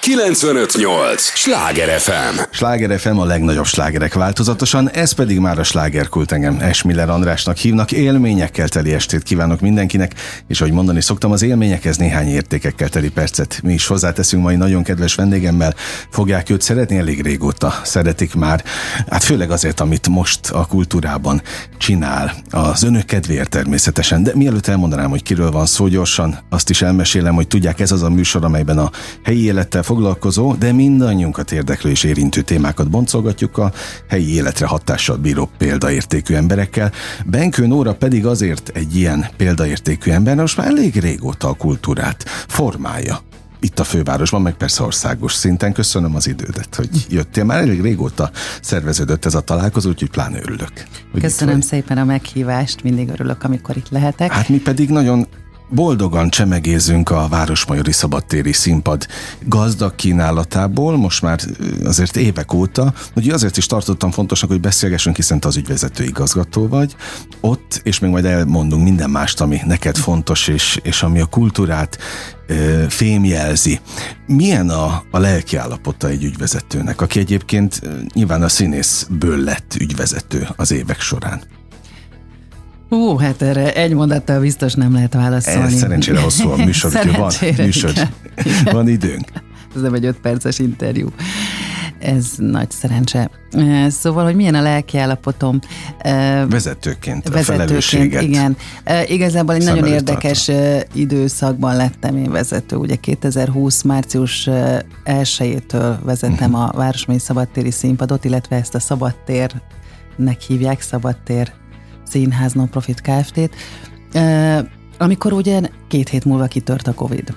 95.8 Sláger FM. Sláger FM, a legnagyobb slágerek változatosan, ez pedig már a slágerkult. Engem Esmiller Andrásnak hívnak. Élményekkel teli estét kívánok mindenkinek, és ahogy mondani szoktam, az élményekhez néhány értékekkel teli percet mi is hozzáteszünk mai nagyon kedves vendégemmel. Fogják őt szeretni? Elég régóta szeretik már. Hát főleg azért, amit most a kultúrában csinál. Az önök kedvéért természetesen. De mielőtt elmondanám, hogy kiről van szó, gyorsan azt is elmesélem, hogy tudják, ez az a műsor, amelyben a helyi élettel foglalkozó, de mindannyiunkat érdeklő és érintő témákat boncolgatjuk a helyi életre hatással bíró példaértékű emberekkel. Benkő Nóra pedig azért egy ilyen példaértékű ember, most már elég régóta a kultúrát formálja. Itt a fővárosban, meg persze országos szinten. Köszönöm az idődet, hogy jöttél. Már elég régóta szerveződött ez a találkozó, úgyhogy pláne örülök. Köszönöm szépen a meghívást, mindig örülök, amikor itt lehetek. Hát mi pedig nagyon boldogan csemegézünk a Városmajori Szabadtéri Színpad gazdag kínálatából, most már azért évek óta, hogy azért is tartottam fontosnak, hogy beszélgessünk, hiszen te az ügyvezető igazgató vagy ott, és még majd elmondunk minden mást, ami neked fontos, és ami a kultúrát fémjelzi. Milyen a lelkiállapota egy ügyvezetőnek, aki egyébként nyilván a színészből lett ügyvezető az évek során? Hát erre egy mondattal biztos nem lehet válaszolni. Szerencsére hosszú a műsor, van időnk. Ez nem egy 5 perces interjú. Ez nagy szerencse. Szóval, hogy milyen a lelkiállapotom. Vezetőként, a felelősséget. Igen. Igazából egy nagyon érdekes időszakban lettem én vezető. Ugye 2020. március 1-től vezettem a Városmajori Szabadtéri Színpadot, illetve ezt a Szabadtérnek hívják, Szabadtér Színház Non-Profit Kft-t, amikor ugye 2 hét múlva kitört a Covid.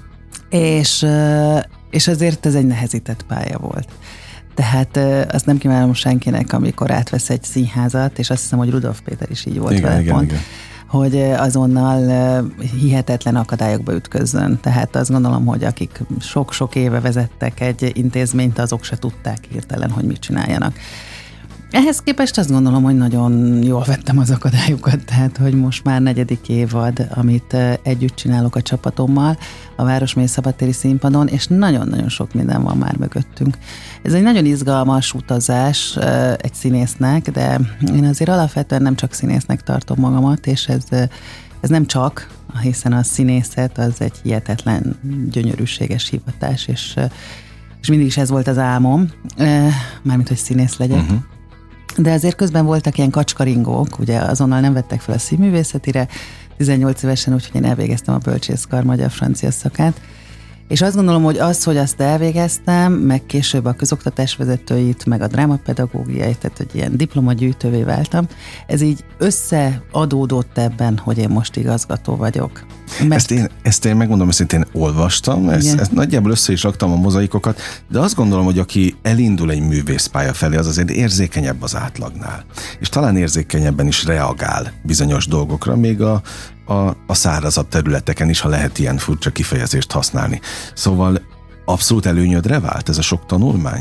És azért ez egy nehezített pálya volt. Tehát azt nem kívánom senkinek, amikor átvesz egy színházat, és azt hiszem, hogy Rudolf Péter is így volt vele pont, hogy azonnal hihetetlen akadályokba ütközzön. Tehát azt gondolom, hogy akik sok-sok éve vezettek egy intézményt, azok se tudták hirtelen, hogy mit csináljanak. Ehhez képest azt gondolom, hogy nagyon jól vettem az akadályokat, tehát hogy most már 4. évad, amit együtt csinálok a csapatommal a Városmajori Szabadtéri Színpadon, és nagyon-nagyon sok minden van már mögöttünk. Ez egy nagyon izgalmas utazás egy színésznek, de én azért alapvetően nem csak színésznek tartom magamat, és ez nem csak, hiszen a színészet az egy hihetetlen gyönyörűséges hivatás, és mindig is ez volt az álmom, mármint, hogy színész legyek. De azért közben voltak ilyen kacskaringók, ugye azonnal nem vettek fel a színművészetire, 18 évesen, úgyhogy én elvégeztem a bölcsészkar magyar-francia szakát, és azt gondolom, hogy hogy azt elvégeztem, meg később a közoktatásvezetőit, meg a drámapedagógiait, tehát hogy ilyen diplomagyűjtővé váltam, ez így összeadódott ebben, hogy én most igazgató vagyok. Ezt én megmondom, őszintén olvastam, ezt nagyjából össze is raktam a mozaikokat, de azt gondolom, hogy aki elindul egy művészpálya felé, az azért érzékenyebb az átlagnál. És talán érzékenyebben is reagál bizonyos dolgokra, még a szárazabb területeken is, ha lehet ilyen furcsa kifejezést használni. Szóval abszolút előnyödre vált ez a sok tanulmány?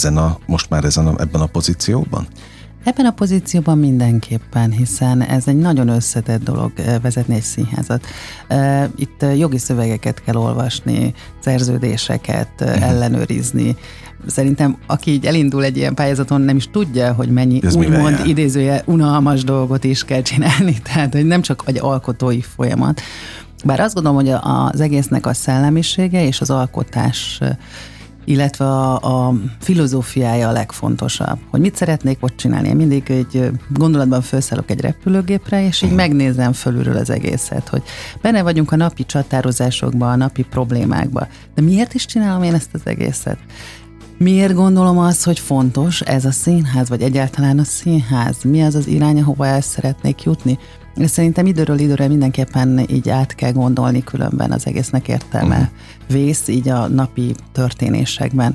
Ebben a pozícióban? Ebben a pozícióban mindenképpen, hiszen ez egy nagyon összetett dolog vezetni egy színházat. Itt jogi szövegeket kell olvasni, szerződéseket ellenőrizni. Szerintem, aki így elindul egy ilyen pályázaton, nem is tudja, hogy mennyi úgymond idézője unalmas dolgot is kell csinálni. Tehát, hogy nem csak egy alkotói folyamat. Bár azt gondolom, hogy az egésznek a szellemisége és az alkotás, illetve a filozófiája a legfontosabb. Hogy mit szeretnék ott csinálni. Én mindig egy gondolatban felszállok egy repülőgépre, és így megnézem fölülről az egészet, hogy benne vagyunk a napi csatározásokban, a napi problémákban. De miért is csinálom én ezt az egészet? Miért gondolom azt, hogy fontos ez a színház, vagy egyáltalán a színház? Mi az az irány, ahova el szeretnék jutni? És szerintem időről időre mindenképpen így át kell gondolni, különben az egésznek értelme vész így a napi történésekben.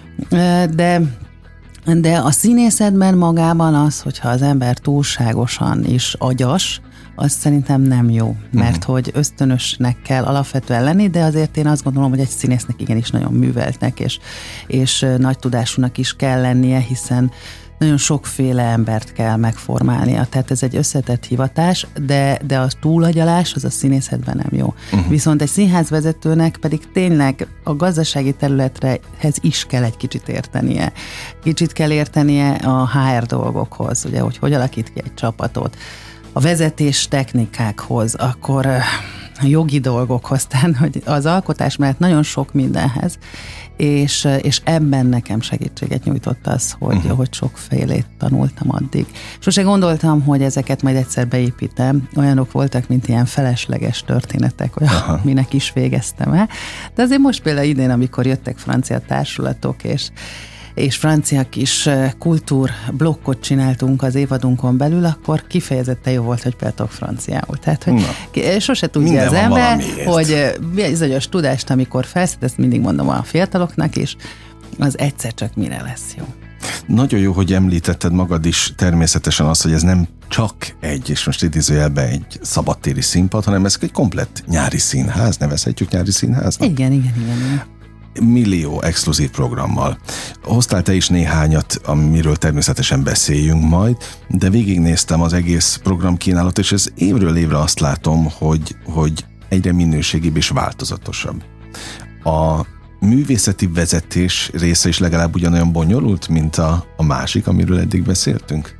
De a színészetben magában az, hogyha az ember túlságosan is agyas, az szerintem nem jó, mert hogy ösztönösnek kell alapvetően lenni, de azért én azt gondolom, hogy egy színésznek igenis nagyon műveltnek, és nagy tudásúnak is kell lennie, hiszen nagyon sokféle embert kell megformálnia. Tehát ez egy összetett hivatás, de a túlagyalás az a színészetben nem jó. Viszont egy színházvezetőnek pedig tényleg a gazdasági területrehez is kell egy kicsit értenie. Kicsit kell értenie a HR dolgokhoz, ugye, hogy alakít ki egy csapatot, a vezetés technikákhoz, akkor a jogi dolgokhoz, tehát hogy az alkotás mellett nagyon sok mindenhez, és ebben nekem segítséget nyújtott az, hogy sokfélét tanultam addig. Sose gondoltam, hogy ezeket majd egyszer beépítem. Olyanok voltak, mint ilyen felesleges történetek, olyan, minek is végeztem el. De azért most például idén, amikor jöttek francia társulatok, és francia kis kultúrblokkot csináltunk az évadunkon belül, akkor kifejezetten jó volt, hogy például franciául. Tehát, hogy sose tudja az ember, hogy bizonyos tudást, amikor felszed, ezt mindig mondom a fiataloknak is, az egyszer csak mire lesz jó. Nagyon jó, hogy említetted magad is természetesen azt, hogy ez nem csak és most idézőjelben egy szabadtéri színpad, hanem ez egy komplett nyári színház, nevezhetjük nyári színháznak? Igen. Millió exkluzív programmal. Hoztál te is néhányat, amiről természetesen beszéljünk majd, de végignéztem az egész programkínálat, és ez évről évre azt látom, hogy egyre minőségibb és változatosabb. A művészeti vezetés része is legalább ugyanolyan bonyolult, mint a másik, amiről eddig beszéltünk?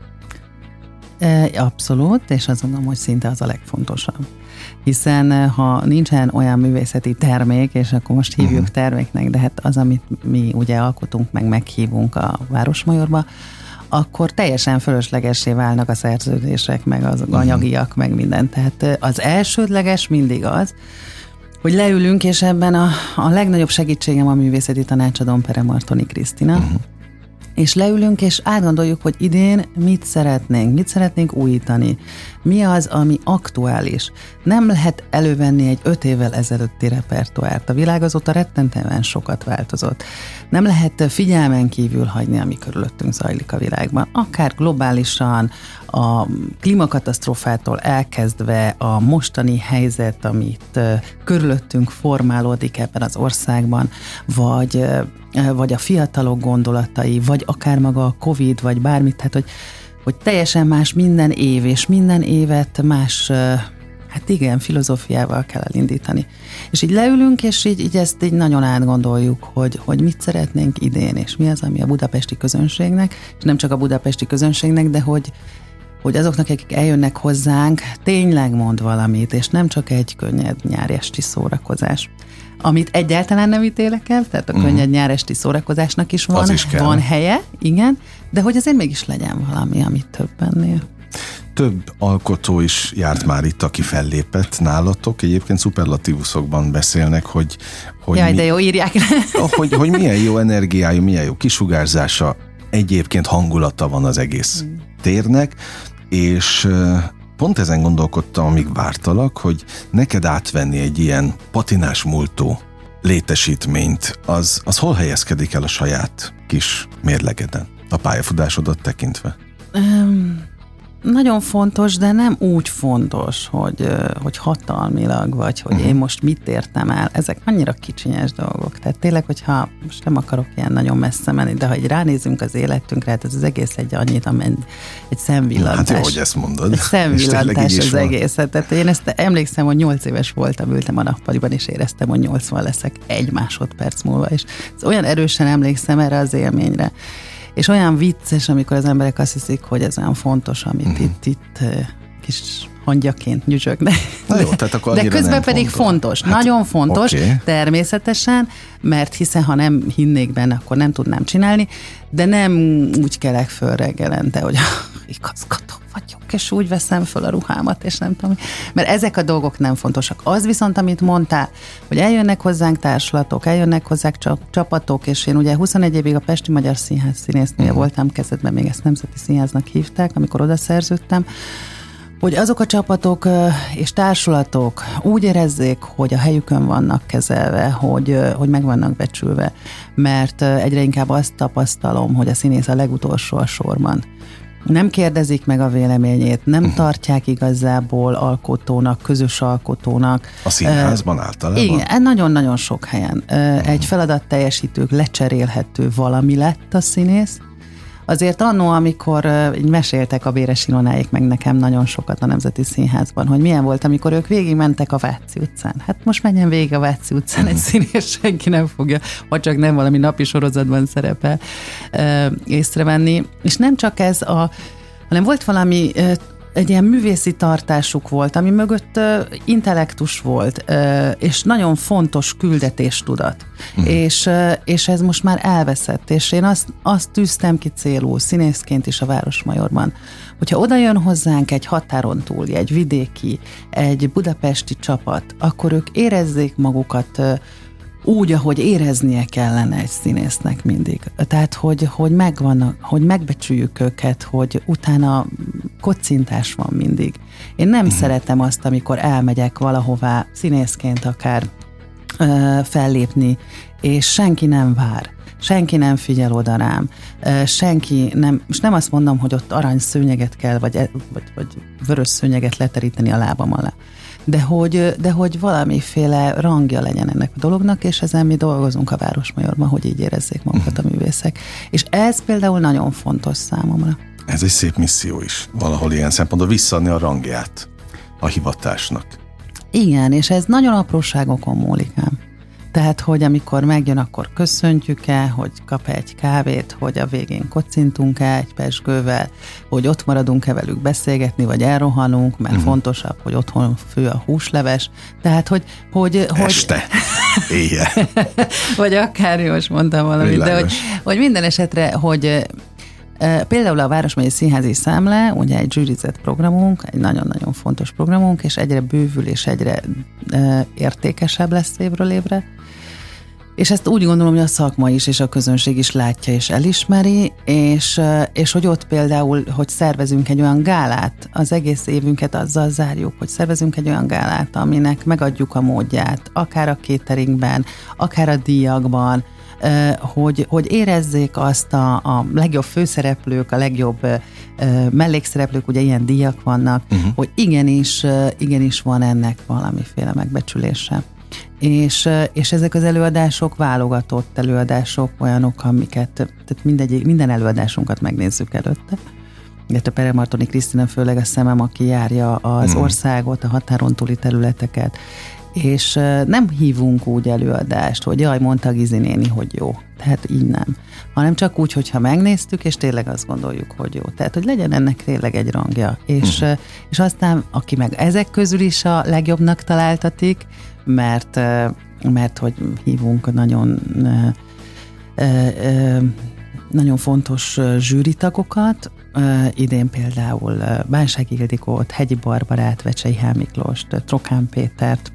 Abszolút, és azt gondolom, hogy szinte az a legfontosabb. Hiszen ha nincsen olyan művészeti termék, és akkor most hívjuk terméknek, de hát az, amit mi ugye alkotunk, meg meghívunk a Városmajorba, akkor teljesen fölöslegessé válnak a szerződések, meg az anyagiak, meg minden. Tehát az elsődleges mindig az, hogy leülünk, és ebben a legnagyobb segítségem a művészeti tanácsadóm Pere Martoni Krisztina, és leülünk, és átgondoljuk, hogy idén mit szeretnénk újítani. Mi az, ami aktuális. Nem lehet elővenni egy 5 évvel ezelőtti repertoárt. A világ azóta rettentően sokat változott. Nem lehet figyelmen kívül hagyni, ami körülöttünk zajlik a világban. Akár globálisan, a klímakatasztrófától elkezdve a mostani helyzet, amit körülöttünk formálódik ebben az országban, vagy a fiatalok gondolatai, vagy akár maga a Covid, vagy bármit, tehát hogy teljesen más minden év, és minden évet más, hát igen, filozófiával kell elindítani. És így leülünk, és így ezt így nagyon átgondoljuk, hogy mit szeretnénk idén, és mi az, ami a budapesti közönségnek, és nem csak a budapesti közönségnek, de hogy azoknak, akik eljönnek hozzánk, tényleg mond valamit, és nem csak egy könnyed nyári esti szórakozás. Amit egyáltalán nem ítélek el, tehát a könnyed nyáresti szórakozásnak is van helye, igen, de hogy azért mégis legyen valami, amit több ennél. Több alkotó is járt már itt, aki fellépett nálatok. Egyébként szuperlatívuszokban beszélnek, hogy jaj, de jó, írják le. hogy milyen jó energiájú, milyen jó kisugárzása, egyébként hangulata van az egész térnek, és pont ezen gondolkodtam, amíg vártalak, hogy neked átvenni egy ilyen patinás múltú létesítményt, az hol helyezkedik el a saját kis mérlegeden, a pályafutásodat tekintve? Nagyon fontos, de nem úgy fontos, hogy hatalmilag, vagy hogy én most mit értem el. Ezek annyira kicsinyes dolgok. Tehát tényleg, hogyha most nem akarok ilyen nagyon messze menni, de ha így ránézünk az életünkre, hát ez az egész egy szemvillantás. Hát jó, hogy ezt mondod. Egy szemvillantás az egész. Tehát én ezt emlékszem, hogy 8 éves voltam, ültem a nappaliban, és éreztem, hogy 80 leszek 1 másodperc múlva. És olyan erősen emlékszem erre az élményre. És olyan vicces, amikor az emberek azt hiszik, hogy ez olyan fontos, amit itt kis hangyaként nyüzsögnek. De közben pedig fontos, hát, nagyon fontos, természetesen, mert hiszen ha nem hinnék benne, akkor nem tudnám csinálni, de nem úgy kelek föl reggelente, hogy igazgató vagyok, és úgy veszem föl a ruhámat, és nem tudom. Mert ezek a dolgok nem fontosak. Az viszont, amit mondtál, hogy eljönnek hozzánk társulatok, eljönnek hozzánk csapatok, és én ugye 21 évig a Pesti Magyar Színház színésznője voltam, kezdetben még ezt Nemzeti Színháznak hívták, amikor oda szerződtem, hogy azok a csapatok és társulatok úgy érezzék, hogy a helyükön vannak kezelve, hogy meg vannak becsülve, mert egyre inkább azt tapasztalom, hogy a színész a legutolsó a sorban. Nem kérdezik meg a véleményét, nem tartják igazából alkotónak, közös alkotónak. A színházban általában? Igen, nagyon-nagyon sok helyen. Egy feladat teljesítők lecserélhető valami lett a színész, azért annó, amikor meséltek a Béres Ilonáék meg nekem nagyon sokat a Nemzeti Színházban, hogy milyen volt, amikor ők végigmentek a Váci utcán. Hát most menjen végig a Váci utcán egy színész, senki nem fogja, vagy csak nem valami napi sorozatban szerepel észrevenni. És nem csak ez hanem volt valami egy ilyen művészi tartásuk volt, ami mögött intellektus volt, és nagyon fontos küldetéstudat. És ez most már elveszett, és én azt tűztem ki célul színészként is a Városmajorban, hogyha oda jön hozzánk egy határon túli, egy vidéki, egy budapesti csapat, akkor ők érezzék magukat úgy, ahogy éreznie kellene egy színésznek mindig. Tehát, hogy megvannak, hogy megbecsüljük őket, hogy utána kocintás van mindig. Én nem szeretem azt, amikor elmegyek valahová színészként akár fellépni, és senki nem vár. Senki nem figyel oda rám. Senki nem, most nem azt mondom, hogy ott aranyszőnyeget kell, vagy vörös szőnyeget leteríteni a lábam alá. De hogy valamiféle rangja legyen ennek a dolognak, és ezen mi dolgozunk a Városmajorban, hogy így érezzék magukat a művészek. És ez például nagyon fontos számomra. Ez egy szép misszió is, valahol ilyen szempontból visszaadni a rangját a hivatásnak. Igen, és ez nagyon apróságokon múlik ám. Tehát, hogy amikor megjön, akkor köszöntjük-e, hogy kap egy kávét, hogy a végén kocintunk-e egy pezsgővel, hogy ott maradunk-e velük beszélgetni, vagy elrohanunk, mert fontosabb, hogy otthon fő a húsleves. Tehát, hogy este, éjjel. Vagy akár, most mondtam valamit, de hogy minden esetre, hogy például a Városmegyei Színházi Szemle, ugye egy zsűrizett programunk, egy nagyon-nagyon fontos programunk, és egyre bővül, és egyre értékesebb lesz évről évre. És ezt úgy gondolom, hogy a szakma is, és a közönség is látja és elismeri, és hogy ott például, hogy szervezünk egy olyan gálát, az egész évünket azzal zárjuk, hogy szervezünk egy olyan gálát, aminek megadjuk a módját, akár a cateringben, akár a díjakban, hogy érezzék azt a legjobb főszereplők, a legjobb mellékszereplők, ugye ilyen díjak vannak, hogy igenis van ennek valamiféle megbecsülése. És ezek az előadások válogatott előadások, olyanok, amiket, tehát minden előadásunkat megnézzük előtte. A Peremartoni Krisztina főleg a szemem, aki járja az országot, a határon túli területeket, és nem hívunk úgy előadást, hogy jaj, mondta Gizi néni, hogy jó. Tehát így nem. Hanem csak úgy, hogyha megnéztük, és tényleg azt gondoljuk, hogy jó. Tehát, hogy legyen ennek tényleg egy rangja. És aztán, aki meg ezek közül is a legjobbnak találtatik, mert hogy hívunk nagyon fontos zsűritagokat, idén például Bánsági Ildikót, Hegyi Barbarát, Vecsei H. Miklóst, Trokán Pétert,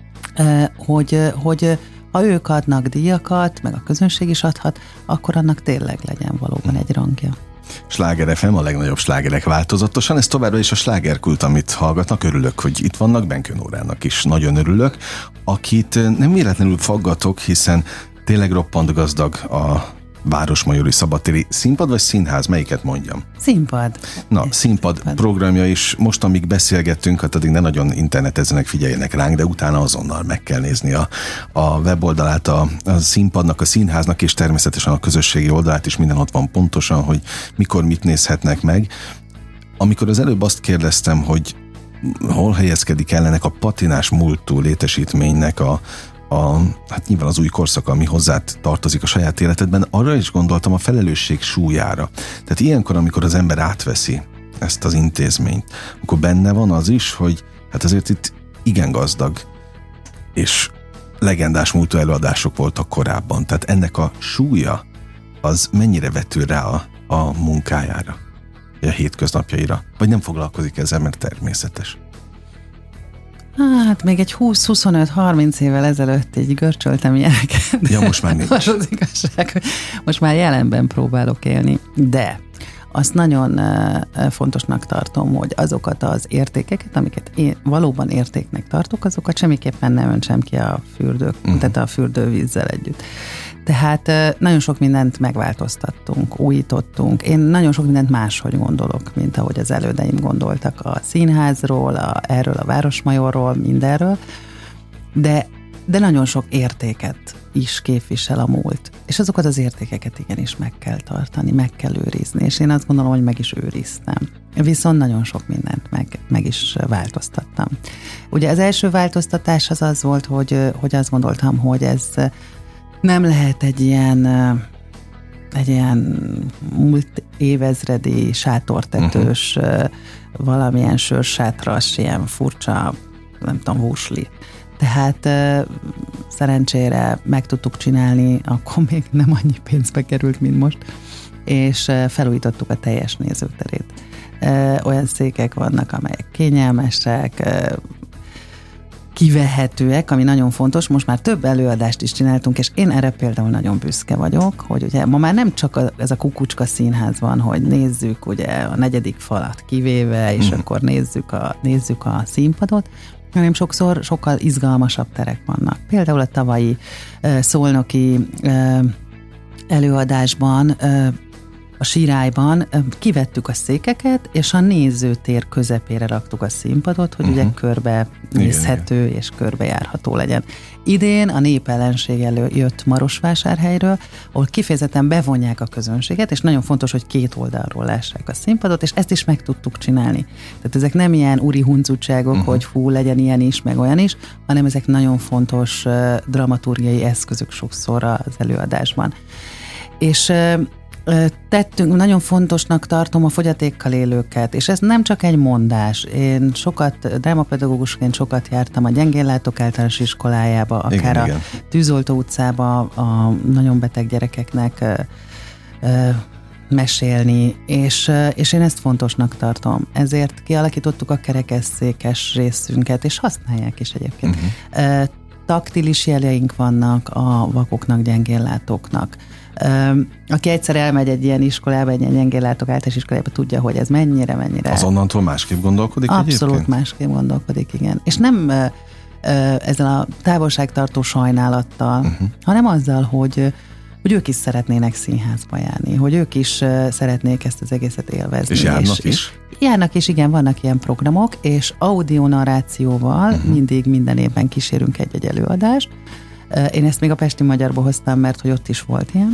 hogy ha ők adnak díjakat, meg a közönség is adhat, akkor annak tényleg legyen valóban egy rangja. Sláger FM, a legnagyobb slágerek változatosan, ez továbbra is a slágerkult, amit hallgatnak. Örülök, hogy itt vannak, Benkő Nórának is nagyon örülök, akit nem véletlenül faggatok, hiszen tényleg roppant gazdag a Városmajori Szabadtéri színpad vagy színház, melyiket mondjam? Színpad. Na, színpad programja is, most amíg beszélgettünk, hát addig ne nagyon internetezzenek, figyeljenek ránk, de utána azonnal meg kell nézni a weboldalát a színpadnak, a színháznak, és természetesen a közösségi oldalát is, minden ott van pontosan, hogy mikor mit nézhetnek meg. Amikor az előbb azt kérdeztem, hogy hol helyezkedik el ennek a patinás múltú létesítménynek hát nyilván az új korszak, ami hozzá tartozik a saját életedben, arra is gondoltam, a felelősség súlyára. Tehát ilyenkor, amikor az ember átveszi ezt az intézményt, akkor benne van az is, hogy hát azért itt igen gazdag és legendás múltú előadások voltak korábban. Tehát ennek a súlya az mennyire vetül rá a munkájára, a hétköznapjaira, vagy nem foglalkozik ezzel, mert természetes. Hát még egy 20-25-30 évvel ezelőtt így görcsöltem ilyeneket. Ja, most már nincs. Az igazság, hogy most már jelenben próbálok élni, de azt nagyon fontosnak tartom, hogy azokat az értékeket, amiket én valóban értéknek tartok, azokat semmiképpen ne öntsem ki a tehát a fürdővízzel együtt. Tehát nagyon sok mindent megváltoztattunk, újítottunk. Én nagyon sok mindent máshogy gondolok, mint ahogy az elődeim gondoltak a színházról, erről a Városmajorról, mindenről. De de nagyon sok értéket is képvisel a múlt. És azokat az értékeket igenis meg kell tartani, meg kell őrizni, és én azt gondolom, hogy meg is őriztem. Viszont nagyon sok mindent meg is változtattam. Ugye az első változtatás az volt, hogy azt gondoltam, hogy ez nem lehet egy ilyen múlt évezredi sátortetős, valamilyen sőrsátras, ilyen furcsa, nem tudom, húsli. Tehát szerencsére meg tudtuk csinálni, akkor még nem annyi pénzbe került, mint most, és felújítottuk a teljes nézőterét. Olyan székek vannak, amelyek kényelmesek, kivehetőek, ami nagyon fontos. Most már több előadást is csináltunk, és én erre például nagyon büszke vagyok, hogy ugye ma már nem csak ez a kukucska színház van, hogy nézzük ugye a 4. falat kivéve, és akkor nézzük a színpadot, hanem sokszor sokkal izgalmasabb terek vannak. Például a tavalyi szolnoki előadásban, a Sirályban kivettük a székeket, és a nézőtér közepére raktuk a színpadot, hogy ugye körbe nézhető és körbejárható legyen. Idén a népellenség jött Marosvásárhelyről, ahol kifejezetten bevonják a közönséget, és nagyon fontos, hogy 2 oldalról lássák a színpadot, és ezt is meg tudtuk csinálni. Tehát ezek nem ilyen úri huncutságok, hogy legyen ilyen is, meg olyan is, hanem ezek nagyon fontos dramaturgiai eszközök sokszor az előadásban. És tettünk, nagyon fontosnak tartom a fogyatékkal élőket, és ez nem csak egy mondás. Én drámapedagógusként sokat jártam a gyengénlátók általános iskolájába, akár igen. A Tűzoltó utcába a nagyon beteg gyerekeknek mesélni, és én ezt fontosnak tartom. Ezért kialakítottuk a kerekesszékes részünket, és használják is egyébként. Taktilis jeljeink vannak a vakoknak, gyengénlátóknak. Aki egyszer elmegy egy ilyen iskolába, egy ilyen gyengénlátók általános iskolába, tudja, hogy ez mennyire. Azonnantól másképp gondolkodik Abszolút egyébként? másképp gondolkodik, igen. És nem ezzel a távolságtartó sajnálattal, hanem azzal, hogy ők is szeretnének színházba járni, hogy ők is szeretnék ezt az egészet élvezni. És járnak is? Járnak is, igen, vannak ilyen programok, és audionarrációval mindig minden évben kísérünk egy előadást. Én ezt még a Pesti Magyarba hoztam, mert hogy ott is volt ilyen.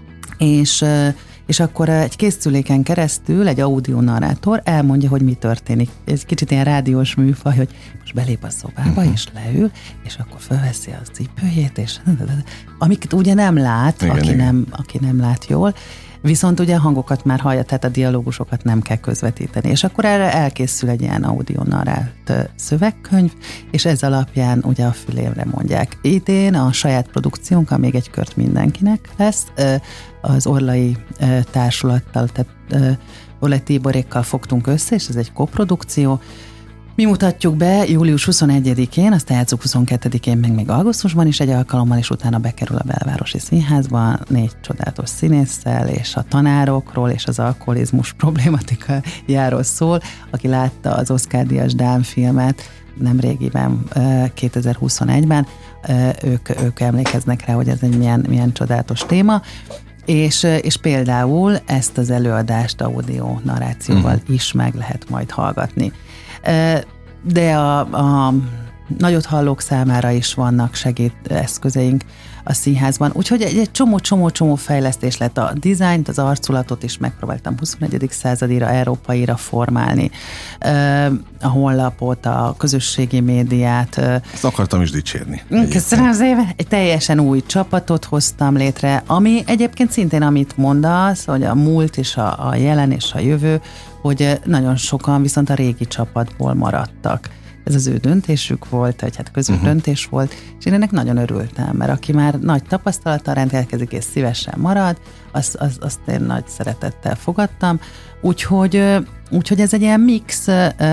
És akkor egy készüléken keresztül egy audionarrátor elmondja, hogy mi történik. Ez kicsit ilyen rádiós műfaj, hogy most belép a szobába, és leül, és akkor felveszi a cipőjét, és amiket ugye nem lát, aki nem lát jól, viszont ugye a hangokat már hallja, tehát a dialógusokat nem kell közvetíteni. És akkor erre elkészül egy ilyen audionarrált szövegkönyv, és ez alapján ugye a fülémre mondják. Idén a saját produkciónk, még egy kört mindenkinek lesz, az Orlai társulattal, tehát Orlai Tiborékkal fogtunk össze, és ez egy koprodukció. Mi mutatjuk be július 21-én, azt játsszuk 22-én, meg még augusztusban is egy alkalommal, és utána bekerül a Belvárosi Színházba 4 csodálatos színésszel, és a tanárokról, és az alkoholizmus problématikájáról szól. Aki látta az Oscar-díjas Dán filmet, nemrégiben, 2021-ben, ők emlékeznek rá, hogy ez egy milyen csodálatos téma. És például ezt az előadást audio narrációval is meg lehet majd hallgatni. De a nagyot hallók számára is vannak segédeszközeink a színházban, úgyhogy egy csomó fejlesztés lett. A dizájnt, az arculatot is megpróbáltam 21. századira, európaira formálni, a honlapot, a közösségi médiát. Ezt akartam is dicsérni. Köszönöm szépen. Egy teljesen új csapatot hoztam létre, ami egyébként szintén, amit mondasz, hogy a múlt és a jelen és a jövő, hogy nagyon sokan viszont a régi csapatból maradtak. Ez az ő döntésük volt, vagy hát közös döntés volt, és én ennek nagyon örültem, mert aki már nagy tapasztalattal rendelkezik és szívesen marad, azt én nagy szeretettel fogadtam. Úgyhogy ez egy ilyen mix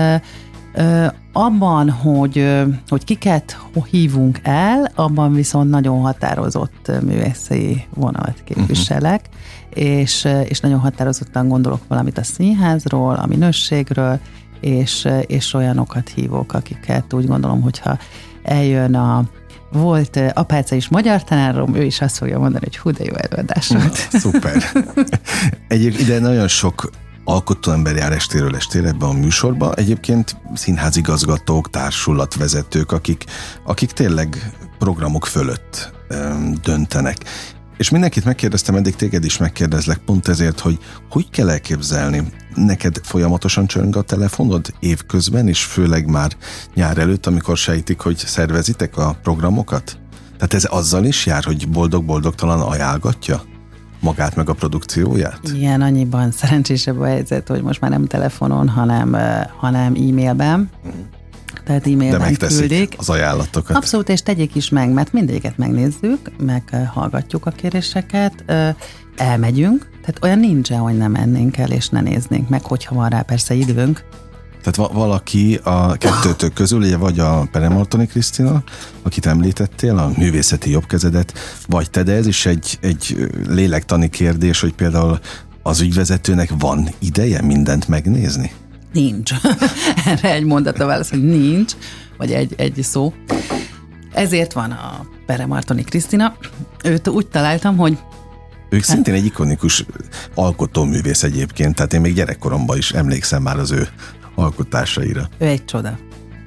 abban, hogy kiket hívunk el, abban viszont nagyon határozott művészi vonalat képviselek, és nagyon határozottan gondolok valamit a színházról, a minőségről, és olyanokat hívok, akiket úgy gondolom, hogyha eljön volt apáca is magyar tanárom, ő is azt fogja mondani, hogy hú, de jó előadás volt. Szuper. Egyébként ide nagyon sok alkotó ember jár estéről estére ebben a műsorban. Egyébként színházigazgatók, társulatvezetők, akik tényleg programok fölött döntenek. És mindenkit megkérdeztem, eddig téged is megkérdezlek, pont ezért, hogy kell elképzelni. Neked folyamatosan csörög a telefonod évközben, és főleg már nyár előtt, amikor sejtik, hogy szervezitek a programokat? Tehát ez azzal is jár, hogy boldog-boldogtalan ajánlgatja magát meg a produkcióját? Igen, annyiban szerencsésebb a helyzet, hogy most már nem telefonon, hanem e-mailben. Tehát e-mailben küldik az ajánlatokat. Abszolút, és tegyék is meg, mert mindegyiket megnézzük, meghallgatjuk a kéréseket, elmegyünk, tehát olyan nincsen, hogy nem mennénk el, és ne néznénk meg, hogyha van rá persze időnk. Tehát valaki a kettőtök közül, ugye vagy a Peremartoni Krisztina, akit említettél, a művészeti jobbkezedet, vagy te, de ez is egy lélektani kérdés, hogy például az ügyvezetőnek van ideje mindent megnézni? Nincs. Erre egy mondata válasz, hogy nincs, vagy egy szó. Ezért van a Peremartoni Krisztina. Őt úgy találtam, hogy ők szintén egy ikonikus alkotóművész egyébként, tehát én még gyerekkoromban is emlékszem már az ő alkotásaira. Ő egy csoda.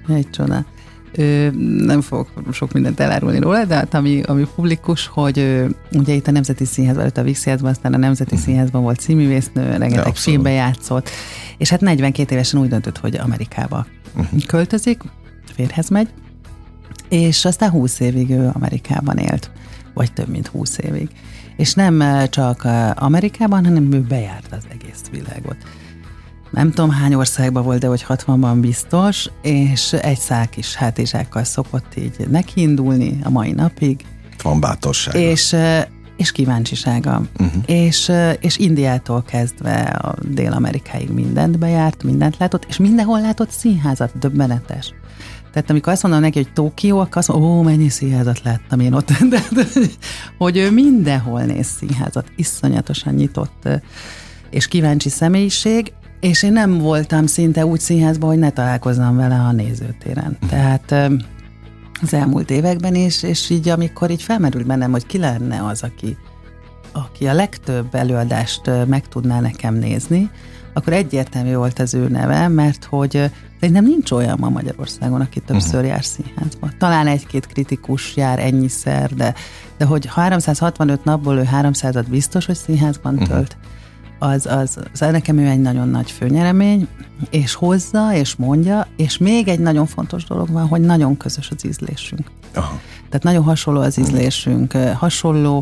Nem fogok sok mindent elárulni róla, de hát ami publikus, hogy ugye itt a Nemzeti Színházban, előtt a Víg Színházban, aztán a Nemzeti Színházban volt színművésznő, rengeteg filmbe játszott, és hát 42 évesen úgy döntött, hogy Amerikába költözik, férjhez megy, és aztán 20 évig ő Amerikában élt, vagy több mint 20 évig. És nem csak Amerikában, hanem ő bejárt az egész világot. Nem tudom hány országban volt, de hogy 60-ban biztos, és egy szál kis hátizsákkal szokott így nekiindulni a mai napig. Van bátorsága. És kíváncsisága. És Indiától kezdve a Dél-Amerikáig mindent bejárt, mindent látott, és mindenhol látott színházat, döbbenetes. Tehát amikor azt mondom neki, hogy Tokió, akkor azt mondom, mennyi színházat láttam én ott. De hogy ő mindenhol néz színházat, iszonyatosan nyitott és kíváncsi személyiség, és én nem voltam szinte úgy színházban, hogy ne találkozzam vele a nézőtéren. Tehát az elmúlt években is, és így amikor így felmerült bennem, hogy ki lenne az, aki a legtöbb előadást meg tudná nekem nézni, akkor egyértelmű volt az ő neve, mert hogy szerintem nincs olyan ma Magyarországon, aki többször jár színházba. Talán egy-két kritikus jár ennyiszer, de hogy 365 napból ő 300-at biztos, hogy színházban tölt, az nekem ő egy nagyon nagy főnyeremény, és hozza, és mondja, és még egy nagyon fontos dolog van, hogy nagyon közös az ízlésünk. Aha. Tehát nagyon hasonló az ízlésünk, hasonló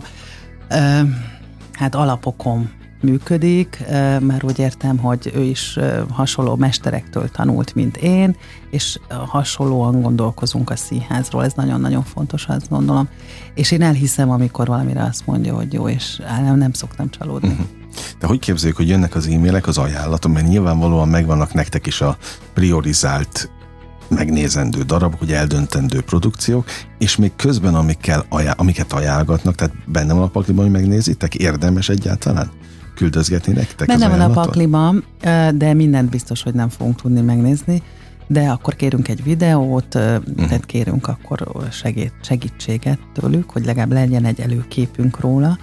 alapokon működik, mert úgy értem, hogy ő is hasonló mesterektől tanult, mint én, és hasonlóan gondolkozunk a színházról, ez nagyon-nagyon fontos, azt gondolom. És én elhiszem, amikor valamire azt mondja, hogy jó, és nem szoktam csalódni. De hogy képzeljük, hogy jönnek az e-mailek, az ajánlatok, mert nyilvánvalóan megvannak nektek is a priorizált megnézendő darabok, ugye eldöntendő produkciók, és még közben amiket ajánlgatnak, tehát benne van a pakliban, hogy megnézitek? Érdemes egyáltalán küldözgetni nektek benne az ajánlatot? Van a pakliban, de mindent biztos, hogy nem fogunk tudni megnézni, de akkor kérünk egy videót, tehát kérünk akkor segítséget tőlük, hogy legalább legyen egy előképünk róla.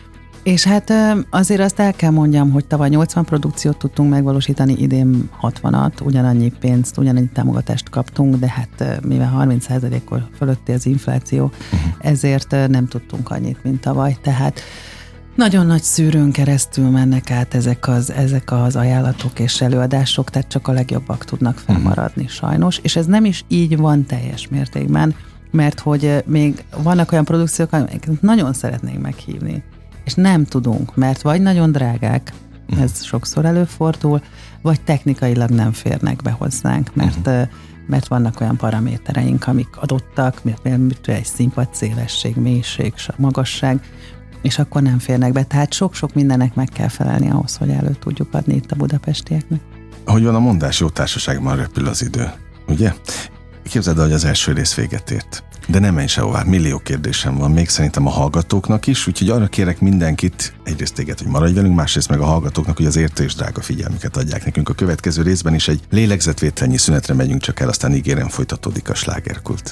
És hát azért azt el kell mondjam, hogy tavaly 80 produkciót tudtunk megvalósítani, idén 60-at, ugyanannyi pénzt, ugyanannyi támogatást kaptunk, de hát mivel 30%-kal fölötti az infláció, ezért nem tudtunk annyit, mint tavaly. Tehát nagyon nagy szűrőn keresztül mennek át ezek az ajánlatok és előadások, tehát csak a legjobbak tudnak felmaradni sajnos, és ez nem is így van teljes mértékben, mert hogy még vannak olyan produkciók, amiket nagyon szeretnénk meghívni, és nem tudunk, mert vagy nagyon drágák, ez sokszor előfordul, vagy technikailag nem férnek be hozzánk, mert vannak olyan paramétereink, amik adottak, mint például egy színpad szélesség, mélység, magasság, és akkor nem férnek be. Tehát sok-sok mindennek meg kell felelni ahhoz, hogy elő tudjuk adni itt a budapestieknek. Ahogy van a mondás, jó társaságban repül az idő, ugye? Képzeld el, hogy az első rész véget ért. De nem menj sehová, millió kérdésem van még szerintem a hallgatóknak is, úgyhogy arra kérek mindenkit, egyrészt téged, hogy maradj velünk, másrészt meg a hallgatóknak, hogy az értő és drága figyelmüket adják nekünk. A következő részben is egy lélegzetvételnyi szünetre megyünk csak el, aztán ígérem, folytatódik a slágerkult.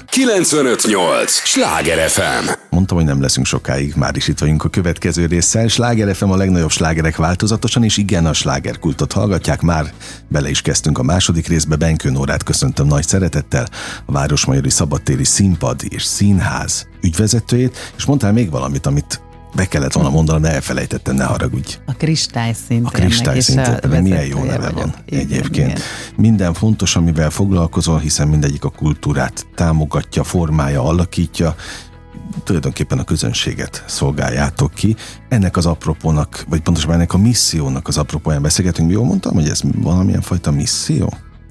95.8 Sláger FM. Mondtam, hogy nem leszünk sokáig, már is itt vagyunk a következő résszel. Sláger FM, a legnagyobb slágerek változatosan, és igen, a slágerkultot hallgatják. Már bele is kezdtünk a második részbe. Benkő Nórát köszöntöm nagy szeretettel, a Városmajori Szabadtéri Színpad Művészeti és Színház ügyvezetőjét, és mondtál még valamit, amit be kellett volna mondanom, de elfelejtettem, ne haragudj. A Kristályszíntér. A Kristályszíntér, milyen jó neve van egyébként. Igen. Minden fontos, amivel foglalkozol, hiszen mindegyik a kultúrát támogatja, formálja, alakítja, tulajdonképpen a közönséget szolgáljátok ki. Ennek az apropónak, vagy pontosabban ennek a missziónak az apropóján beszélgetünk. Jól mondtam, hogy ez valamilyen fajta misszió?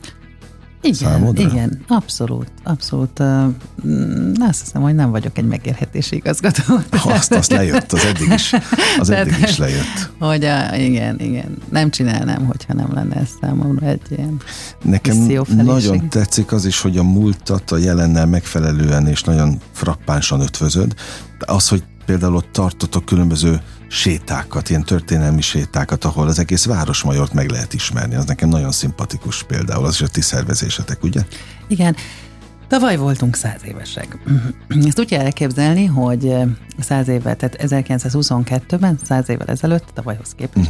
Igen, abszolút. Azt hiszem, hogy nem vagyok egy megélhetési igazgató. Azt lejött, az eddig is lejött. Hogy igen, nem csinálnám, hogyha nem lenne ez számomra egy ilyen nekem nagyon tetszik az is, hogy a múltat a jelennel megfelelően és nagyon frappánsan ötvözöd. Az, hogy például ott tartotok különböző sétákat, ilyen történelmi sétákat, ahol az egész Városmajort meg lehet ismerni. Az nekem nagyon szimpatikus például, az is a ti szervezésetek, ugye? Igen. Tavaly voltunk 100 évesek. Ezt úgy kell elképzelni, hogy 100 évvel, tehát 1922-ben, 100 évvel ezelőtt, tavalyhoz képest,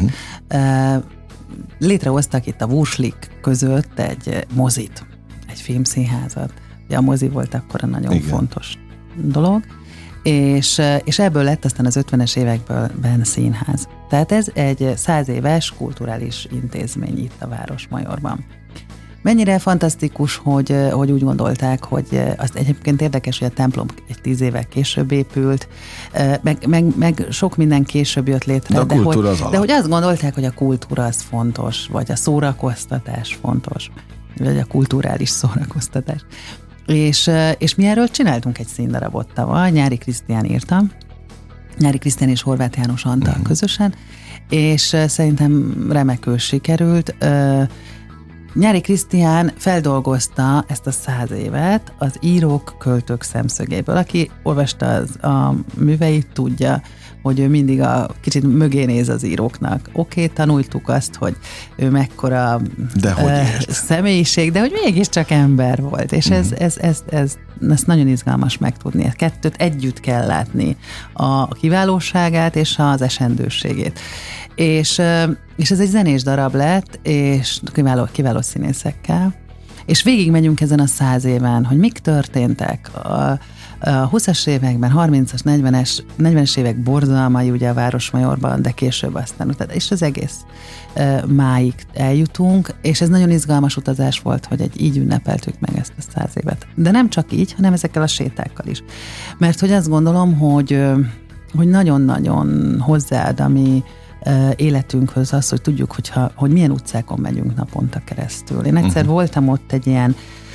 létrehoztak itt a Wurslik között egy mozit, egy filmszínházat. Ugye a mozi volt akkor a nagyon fontos dolog, és ebből lett aztán az 50-es években színház. Tehát ez egy 100 éves kulturális intézmény itt a Városmajorban. Mennyire fantasztikus, hogy úgy gondolták, hogy az egyébként érdekes, hogy a templom egy 10 évvel később épült, meg sok minden később jött létre. De hogy azt gondolták, hogy a kultúra az fontos, vagy a szórakoztatás fontos, vagy a kulturális szórakoztatás. És mi erről csináltunk egy színdarabot tavaly, Nyári Krisztián írta, Nyári Krisztián és Horváth János Antal közösen, és szerintem remekül sikerült. Nyári Krisztián feldolgozta ezt a 100 évet az írók, költők szemszögéből. Aki olvasta a műveit, tudja, hogy ő mindig kicsit mögé néz az íróknak. Oké, tanultuk azt, hogy ő mekkora személyiség, de hogy mégiscsak ember volt. És ez nagyon izgalmas megtudni. A kettőt együtt kell látni, a kiválóságát és az esendőségét. És ez egy zenés darab lett, és kiváló színészekkel, és végigmegyünk ezen a 100 éven, hogy mik történtek a 20-as években, 30-as, 40-es évek borzalmai ugye a Városmajorban, de később aztán utána, és az egész máig eljutunk, és ez nagyon izgalmas utazás volt, hogy így ünnepeltük meg ezt a 100 évet. De nem csak így, hanem ezekkel a sétákkal is. Mert hogy azt gondolom, hogy nagyon-nagyon hozzáad a mi életünkhöz az, hogy tudjuk, hogy milyen utcákon megyünk naponta keresztül. Én egyszer voltam ott egy ilyen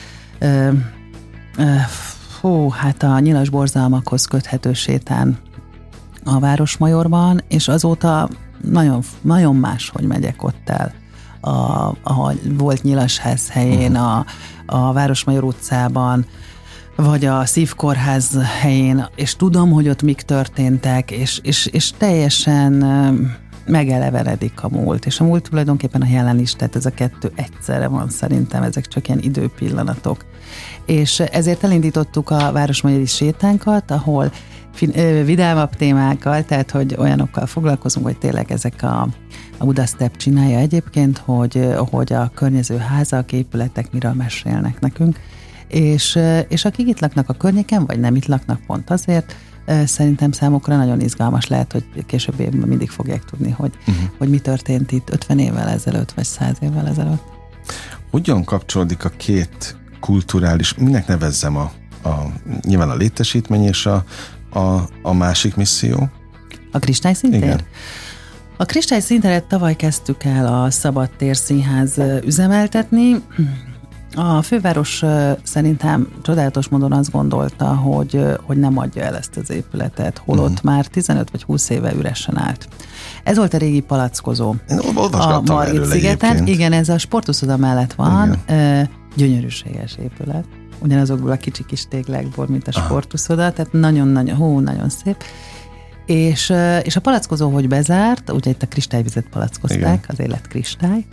a nyilas borzalmakhoz köthető sétán a Városmajorban, és azóta nagyon, nagyon máshogy megyek ott el. Ahol volt Nyilasház helyén, a Városmajor utcában, vagy a Szívkórház helyén, és tudom, hogy ott mik történtek, és teljesen megelevenedik a múlt, és a múlt tulajdonképpen a jelen is, tehát ez a kettő egyszerre van szerintem, ezek csak ilyen időpillanatok. És ezért elindítottuk a Városmajori sétánkat, ahol vidámabb témákkal, tehát hogy olyanokkal foglalkozunk, hogy tényleg ezek a Budastep csinálja egyébként, hogy a környező házak, épületek miről mesélnek nekünk, és akik itt laknak a környéken, vagy nem itt laknak pont azért, szerintem számukra nagyon izgalmas lehet, hogy később évben mindig fogják tudni, hogy mi történt itt 50 évvel ezelőtt, vagy 100 évvel ezelőtt. Hogyan kapcsolódik a két kulturális, minek nevezzem nyilván a létesítmény és a másik misszió? A Kristályszíntér? Igen. A Kristályszínteret tavaly kezdtük el a Szabadtér Színház üzemeltetni. A főváros szerintem csodálatos módon azt gondolta, hogy nem adja el ezt az épületet, holott már 15 vagy 20 éve üresen állt. Ez volt a régi palackozó a Margit-szigeten. Igen, ez a sportuszoda mellett van. Gyönyörűséges épület. Ugyanazokból a kicsi kis téglekból, mint a sportuszoda, tehát nagyon szép. És a palackozó, hogy bezárt, ugye itt a kristályvizet palackozták, az élet kristály,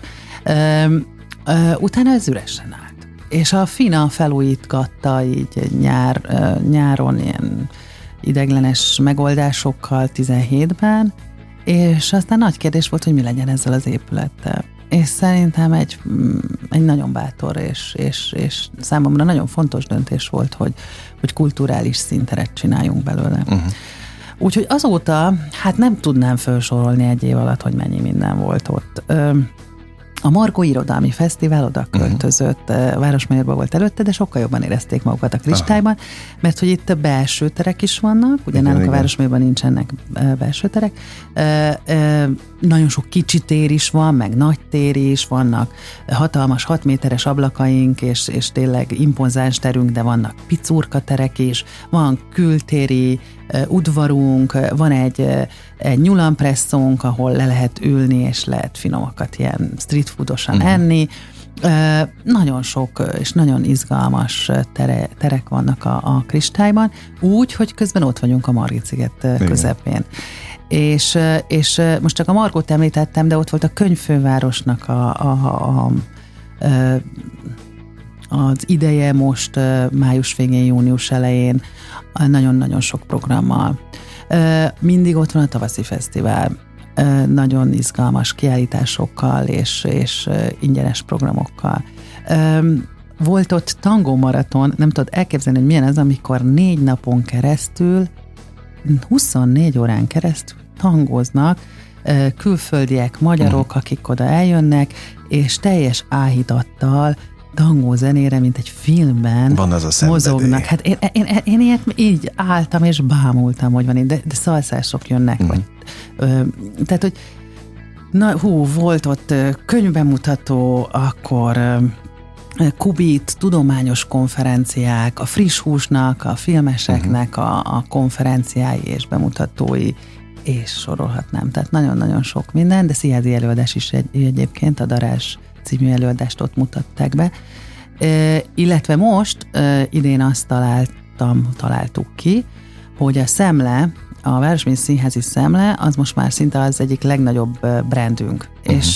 utána ez üresen állt. És a FINA felújítgatta így nyáron ilyen ideiglenes megoldásokkal 17-ben, és aztán nagy kérdés volt, hogy mi legyen ezzel az épülettel. és szerintem egy nagyon bátor és számomra nagyon fontos döntés volt, hogy kulturális színteret csináljunk belőle. Úgyhogy azóta, hát nem tudnám felsorolni egy év alatt, hogy mennyi minden volt ott. A Margó Irodalmi Fesztivál oda költözött, Városmajorban volt előtte, de sokkal jobban érezték magukat a Kristályban, mert hogy itt belső terek is vannak, ugye nálunk a Városmajorban nincsenek belső terek, nagyon sok kicsi tér is van, meg nagy tér is, vannak hatalmas 6 méteres ablakaink, és tényleg impozáns terünk, de vannak picurka terek is, van kültéri udvarunk, van egy nyulampresszónk, ahol le lehet ülni, és lehet finomakat ilyen street foodosan enni. Nagyon sok és nagyon izgalmas terek vannak a Kristályban, úgy, hogy közben ott vagyunk a Margit-sziget közepén. És most csak a Margót említettem, de ott volt a Könyvfővárosnak az ideje most május végén, június elején nagyon-nagyon sok programmal. Mindig ott van a Tavaszi Fesztivál, nagyon izgalmas kiállításokkal és ingyenes programokkal. Volt ott tangó maraton, nem tudod elképzelni, hogy milyen ez, amikor 4 napon keresztül, 24 órán keresztül tangóznak külföldiek, magyarok, akik oda eljönnek, és teljes áhítattal tangó zenére, mint egy filmben van az a mozognak. Hát én ilyet így álltam és bámultam, hogy van itt, de szalszások jönnek. Vagy, tehát, hogy volt ott könyvbemutató, akkor Kubit, tudományos konferenciák, a friss húsnak, a filmeseknek a konferenciái és bemutatói, és sorolhatnám. Tehát nagyon-nagyon sok minden, de színházi előadás is egyébként, a Darázs című előadást ott mutatták be. Illetve most idén azt találtuk ki, hogy a Szemle, a Városmajor Színházi Szemle, az most már szinte az egyik legnagyobb brandünk.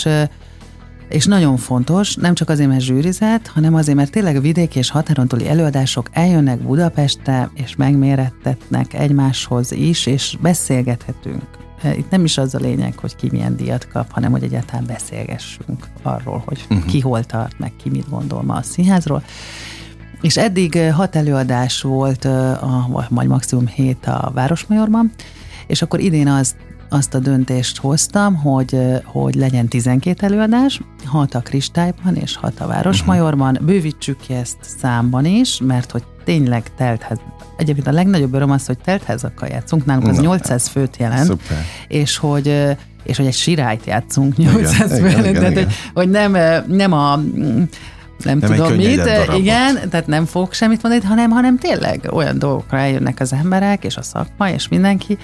És nagyon fontos, nem csak azért, mert zsűrizett, hanem azért, mert tényleg a vidéki és határon túli előadások eljönnek Budapestre, és megmérettetnek egymáshoz is, és beszélgethetünk. Itt nem is az a lényeg, hogy ki milyen díjat kap, hanem hogy egyáltalán beszélgessünk arról, hogy ki hol tart, meg ki mit gondol ma a színházról. És eddig 6 előadás volt, vagy maximum 7 a Városmajorban, és akkor idén azt a döntést hoztam, hogy legyen 12 előadás, 6 a Kristályban és 6 a Városmajorban. Bővítsük ki ezt számban is, mert hogy tényleg teltház. Egyébként a legnagyobb öröm az, hogy teltházakkal játszunk, nálunk az 800 főt jelent, szuper. És hogy egy sirályt játszunk 800 főt, tehát hogy nem a nem tudom mit, igen, tehát nem fogok semmit mondani, hanem tényleg olyan dolgokra eljönnek az emberek, és a szakma, és mindenki,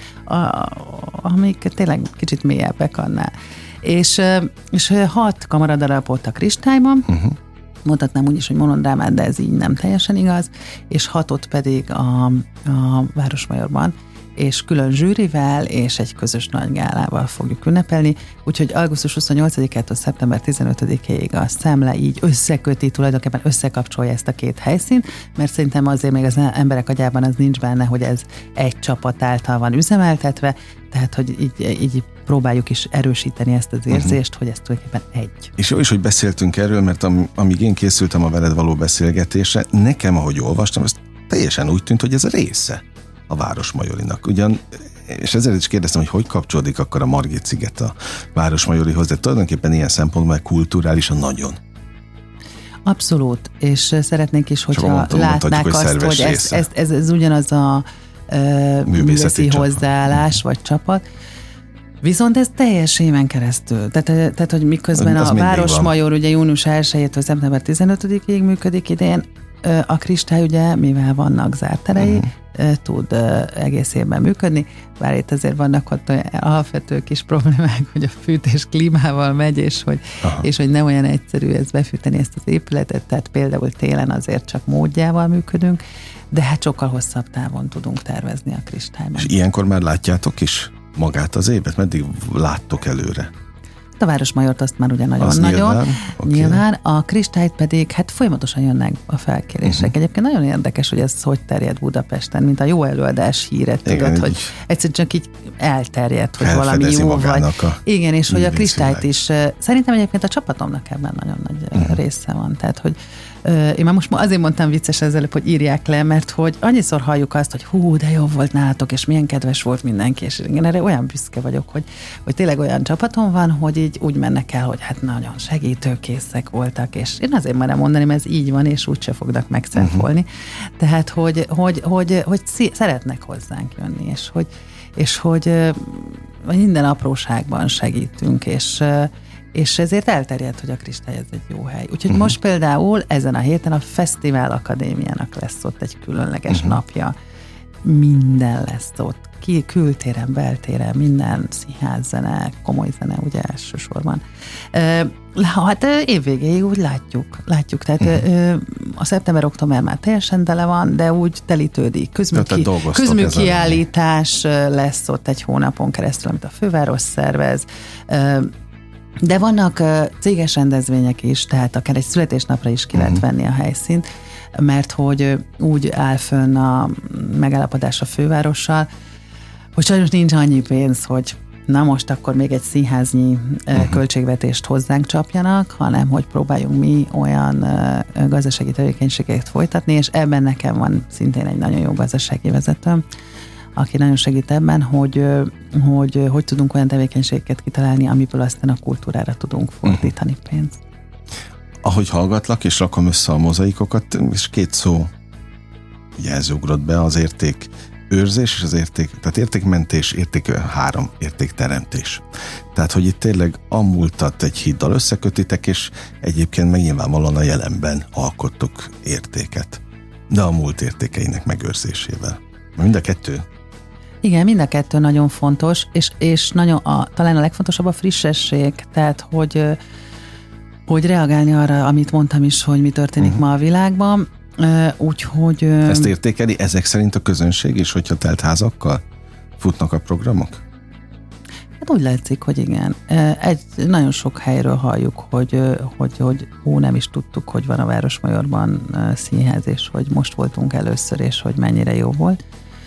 amik tényleg kicsit mélyebbek annál. És 6 kamaradarab volt a Kristályban, mondhatnám úgy is, hogy monodrámát, de ez így nem teljesen igaz, és 6-ot pedig a Városmajorban, és külön zsűrivel és egy közös nagy gálával fogjuk ünnepelni, úgyhogy augusztus 28-ától szeptember 15-ig a Szemle így összeköti, tulajdonképpen összekapcsolja ezt a két helyszínt, mert szerintem azért még az emberek agyában az nincs benne, hogy ez egy csapat által van üzemeltetve, tehát hogy így próbáljuk is erősíteni ezt az érzést, hogy ez tulajdonképpen egy. És jó is, hogy beszéltünk erről, mert amíg én készültem a veled való beszélgetésre, nekem, ahogy olvastam, ez teljesen úgy tűnt, hogy ez a része a Városmajorinak. Ugyan, és ezzel is kérdeztem, hogy kapcsolódik akkor a Margit-sziget a Városmajorihoz, de tulajdonképpen ilyen szempontból kulturálisan nagyon. Abszolút, és szeretnénk is, hogyha látnák azt, hogy ez ugyanaz a művészeti hozzáállás, vagy csapat, viszont ez teljes éven keresztül. Tehát hogy miközben a Városmajor ugye június 1-től szeptember 15-ig működik idén, a Kristály ugye, mivel vannak zárt terei, tud egész évben működni, bár itt azért vannak ott olyan alapvető kis problémák, hogy a fűtés klímával megy, és hogy nem olyan egyszerű ez befűteni ezt az épületet, tehát például télen azért csak módjával működünk, de hát sokkal hosszabb távon tudunk tervezni a Kristályban. És ilyenkor már látjátok is magát az évet? Meddig láttok előre? A Városmajort azt már ugye nagyon-nagyon. Nyilván. A Kristályt pedig hát folyamatosan jönnek a felkérések. Egyébként nagyon érdekes, hogy ez hogy terjed Budapesten, mint a jó előadás híre, tudod, hogy egyszerűen csak így elterjedt, hogy valami jó vagy. Igen, és hogy a Kristályt is. Szerintem egyébként a csapatomnak ebben nagyon nagy része van. Tehát, hogy én már most azért mondtam vicces ezzel, hogy írják le, mert hogy annyiszor halljuk azt, hogy hú, de jó volt nálatok, és milyen kedves volt mindenki, és én erre olyan büszke vagyok, hogy tényleg olyan csapatom van, hogy így úgy mennek el, hogy hát nagyon segítőkészek voltak, és én azért már mondani, mert ez így van, és úgyse fognak megszáfolni. Tehát, hogy szeretnek hozzánk jönni, és hogy minden apróságban segítünk, és ezért elterjedt, hogy a Kristály ez egy jó hely. Úgyhogy most például ezen a héten a Fesztivál Akadémiának lesz ott egy különleges napja. Minden lesz ott. Kültéren, beltéren, minden színházzene, komoly zene, ugye elsősorban. Hát évvégéig úgy látjuk. Tehát a szeptember-október már teljesen tele van, de úgy telítődik. Közműkiállítás lesz ott egy hónapon keresztül, amit a főváros szervez. De vannak céges rendezvények is, tehát akár egy születésnapra is ki lehet venni a helyszínt, mert hogy úgy áll fönn a megállapodás a fővárossal, hogy sajnos nincs annyi pénz, hogy na most akkor még egy színháznyi költségvetést hozzánk csapjanak, hanem hogy próbáljunk mi olyan gazdasági tevékenységeket folytatni, és ebben nekem van szintén egy nagyon jó gazdasági vezetőm, aki nagyon segít ebben, hogy tudunk olyan tevékenységeket kitalálni, amiből aztán a kultúrára tudunk fordítani pénzt. Ahogy hallgatlak, és rakom össze a mozaikokat, és két szó jelzőugrott be, az érték őrzés és az tehát értékmentés, értékteremtés. Tehát, hogy itt tényleg a múltat egy híddal összekötitek, és egyébként meg nyilvánvalóan a jelenben alkottok értéket, de a múlt értékeinek megőrzésével. Mind a kettő? Igen, mind a kettő nagyon fontos, és nagyon talán a legfontosabb a frissesség, tehát hogy reagálni arra, amit mondtam is, hogy mi történik ma a világban, úgyhogy... Ezt értékeli ezek szerint a közönség is, hogyha telt házakkal futnak a programok? Hát úgy látszik, hogy igen. Nagyon sok helyről halljuk, hogy nem is tudtuk, hogy van a Városmajorban színház, és hogy most voltunk először, és hogy mennyire jó volt.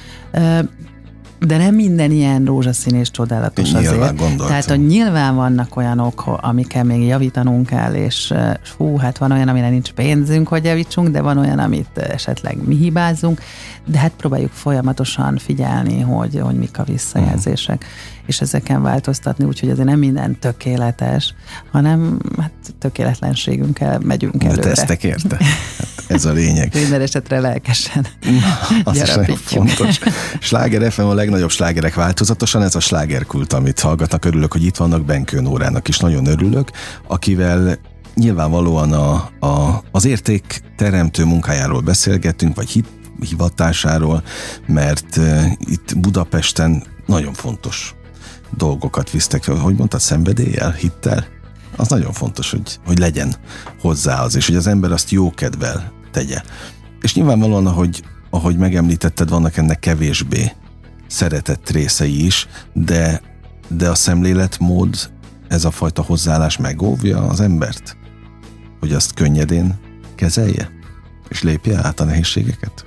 De nem minden ilyen rózsaszín és csodálatos azért. Tehát, hogy nyilván vannak olyanok, amikkel még javítanunk kell, és hát van olyan, amire nincs pénzünk, hogy javítsunk, de van olyan, amit esetleg mi hibázunk, de hát próbáljuk folyamatosan figyelni, hogy mik a visszajelzések, és ezeken változtatni, úgyhogy azért nem minden tökéletes, hanem hát tökéletlenségünkkel megyünk előre. Tesztek érte? Hát ez a lényeg. Minden esetre lelkesen gyarapítjuk. Fontos. Sláger FM a legnagyobb slágerek változatosan, ez a slágerkult, amit hallgatnak. Örülök, hogy itt vannak, Benkő Nórának is nagyon örülök, akivel nyilvánvalóan az értékteremtő munkájáról beszélgettünk, vagy hivatásáról, mert itt Budapesten nagyon fontos dolgokat visztek, hogy mondtad, szenvedéllyel, hittel? Az nagyon fontos, hogy legyen hozzá az, és hogy az ember azt jókedvel tegye. És nyilvánvalóan, ahogy megemlítetted, vannak ennek kevésbé szeretett részei is, de a szemléletmód, ez a fajta hozzáállás megóvja az embert? Hogy azt könnyedén kezelje? És lépje át a nehézségeket?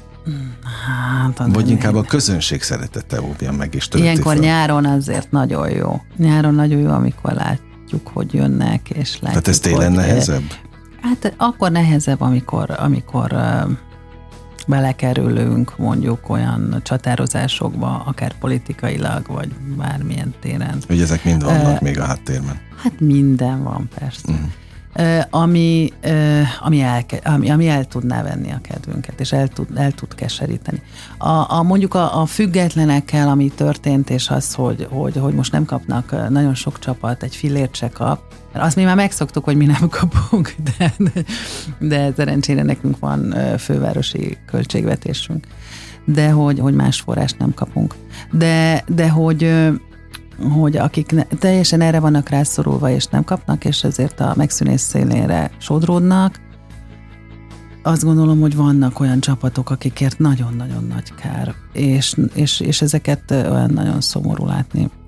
Vagy inkább a közönség szeretete óvja meg, és tölti ilyenkor fel. Nyáron azért nagyon jó. Nyáron nagyon jó, amikor látjuk, hogy jönnek, és látjuk, tehát ez télen nehezebb? Hát akkor nehezebb, amikor belekerülünk mondjuk olyan csatározásokba, akár politikailag, vagy bármilyen téren. Hogy ezek mind vannak még a háttérben? Hát minden van, persze. Ami el tudná venni a kedvünket, és el tud keseríteni. Mondjuk a függetlenekkel, ami történt, és az, hogy most nem kapnak nagyon sok csapat, egy fillért se kap, mert azt mi már megszoktuk, hogy mi nem kapunk, de szerencsére nekünk van fővárosi költségvetésünk, de hogy más forrást nem kapunk. De hogy akik teljesen erre vannak rászorulva, és nem kapnak, és ezért a megszűnés szélére sodródnak, azt gondolom, hogy vannak olyan csapatok, akikért nagyon-nagyon nagy kár, és ezeket olyan nagyon szomorú látni.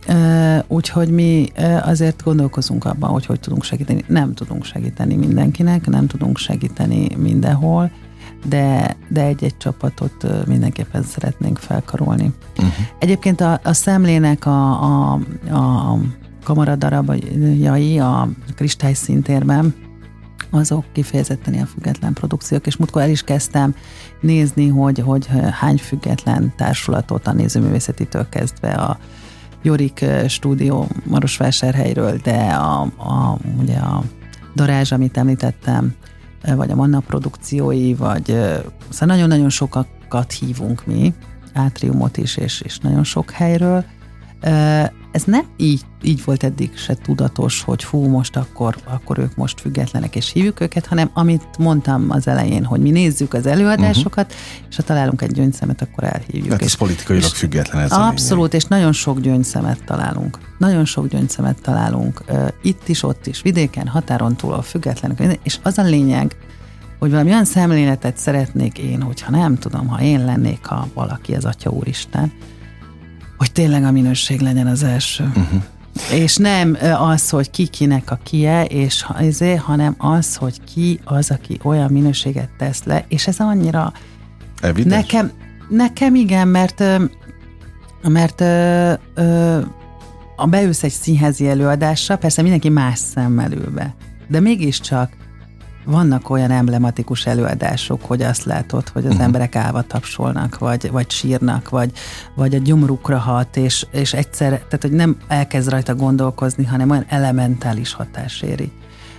Úgyhogy mi azért gondolkozunk abban, hogy tudunk segíteni. Nem tudunk segíteni mindenkinek, nem tudunk segíteni mindenhol, de egy-egy csapatot mindenképpen szeretnénk felkarolni. Egyébként a szemlének a kamaradarabjai a Kristályszíntérben, azok kifejezetten ilyen független produkciók, és múltkor el is kezdtem nézni, hogy hány független társulatot a Nézőművészetitől kezdve a Jorik stúdió Marosvásárhelyről, de ugye a Darázs, amit említettem, vagy a Manna produkciói, vagy szóval nagyon-nagyon sokakat hívunk mi, Átriumot is, és nagyon sok helyről. Ez nem így volt eddig se tudatos, hogy most akkor ők most függetlenek, és hívjuk őket, hanem amit mondtam az elején, hogy mi nézzük az előadásokat, és ha találunk egy gyöngyszemet, akkor elhívjuk. Hát ez politikailag független, ez abszolút, és nagyon sok gyöngyszemet találunk. Nagyon sok gyöngyszemet találunk. Itt is, ott is, vidéken, határon túl a függetlenek. És az a lényeg, hogy valami olyan szemléletet szeretnék én, hogyha nem tudom, ha én lennék valaki, az Atya Úristen, hogy tényleg a minőség legyen az első. És nem az, hogy kinek a kie, és hanem az, hogy ki az, aki olyan minőséget tesz le, és ez annyira evidens? Nekem igen, mert beülsz egy színházi előadásra, persze mindenki más szemmel ül be, de mégiscsak vannak olyan emblematikus előadások, hogy azt látod, hogy az emberek állva tapsolnak, vagy sírnak, vagy a gyomrukra hat, és egyszer, tehát hogy nem elkezd rajta gondolkozni, hanem olyan elementális hatás éri.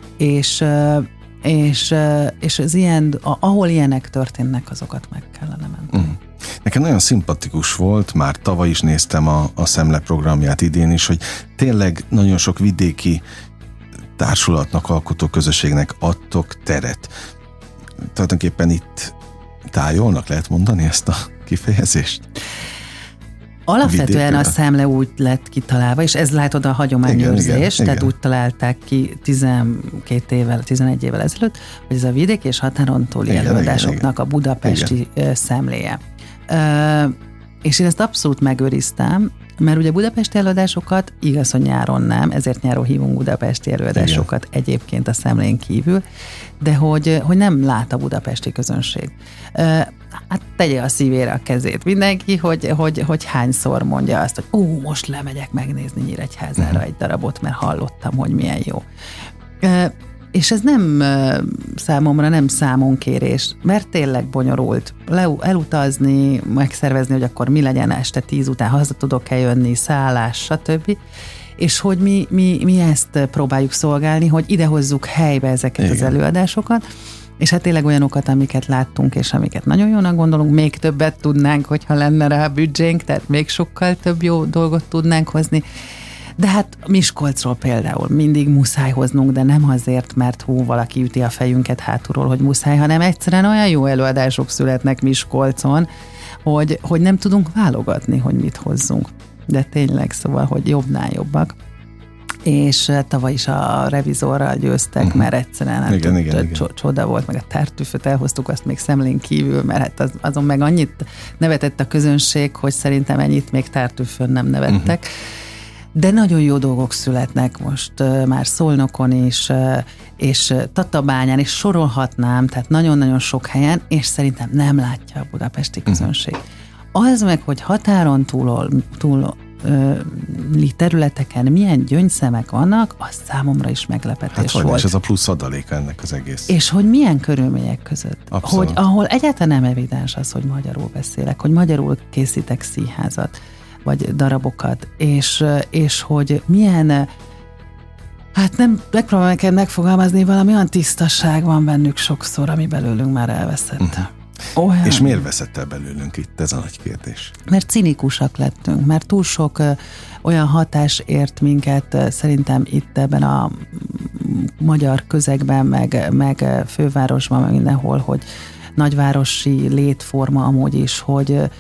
És az ilyen, ahol ilyenek történnek, azokat meg kellene menni. Nekem nagyon szimpatikus volt, már tavaly is néztem a Szemle programját, idén is, hogy tényleg nagyon sok vidéki társulatnak, alkotó közösségnek adtok teret. Tulajdonképpen itt tájolnak, lehet mondani ezt a kifejezést? Alapvetően a Szemle úgy lett kitalálva, és ez látod a hagyományőrzés, tehát úgy találták ki 11 évvel ezelőtt, hogy ez a vidéki és határon túli előadásoknak a budapesti szemléje. És én ezt abszolút megőriztem, mert ugye budapesti előadásokat igaz, hogy nyáron nem, ezért nyáron hívunk budapesti előadásokat egyébként a Szemlén kívül, de hogy nem lát a budapesti közönség. Hát tegye a szívére a kezét mindenki, hogy hányszor mondja azt, hogy most lemegyek megnézni Nyíregyházára egy darabot, mert hallottam, hogy milyen jó. És ez nem számomra nem számonkérés, mert tényleg bonyolult elutazni, megszervezni, hogy akkor mi legyen este 10 után, haza tudok-e jönni, szállás, stb. És hogy mi ezt próbáljuk szolgálni, hogy idehozzuk helybe ezeket az előadásokat, és hát tényleg olyanokat, amiket láttunk, és amiket nagyon jónak gondolunk, még többet tudnánk, hogyha lenne rá büdzsénk, tehát még sokkal több jó dolgot tudnánk hozni. De hát Miskolcról például mindig muszáj hoznunk, de nem azért, mert valaki üti a fejünket hátulról, hogy muszáj, hanem egyszerűen olyan jó előadások születnek Miskolcon, hogy nem tudunk válogatni, hogy mit hozzunk. De tényleg, szóval, hogy jobbnál jobbak. És tavaly is a Revizorral győztek, mert egyszerűen csoda volt, meg a tártűföt elhoztuk, azt még Szemlén kívül, mert hát azon meg annyit nevetett a közönség, hogy szerintem ennyit még tártűfön nem nevettek. De nagyon jó dolgok születnek most már Szolnokon is, és Tatabányán, és sorolhatnám, tehát nagyon-nagyon sok helyen, és szerintem nem látja a budapesti közönség. Az meg, hogy határon túli területeken milyen gyöngyszemek vannak, az számomra is meglepetés volt. És ez a plusz adaléka ennek az egész. És hogy milyen körülmények között. Abszolút. Hogy ahol egyáltalán nem evidens az, hogy magyarul beszélek, hogy magyarul készítek színházat, vagy darabokat, és hogy milyen, hát nem megpróbálom neked megfogalmazni, valami olyan tisztaság van bennük sokszor, ami belőlünk már elveszett. És miért veszett el belőlünk itt? Ez a nagy kérdés. Mert cinikusak lettünk, mert túl sok olyan hatás ért minket szerintem itt ebben a magyar közegben, meg fővárosban, meg mindenhol, hogy nagyvárosi létforma amúgy is,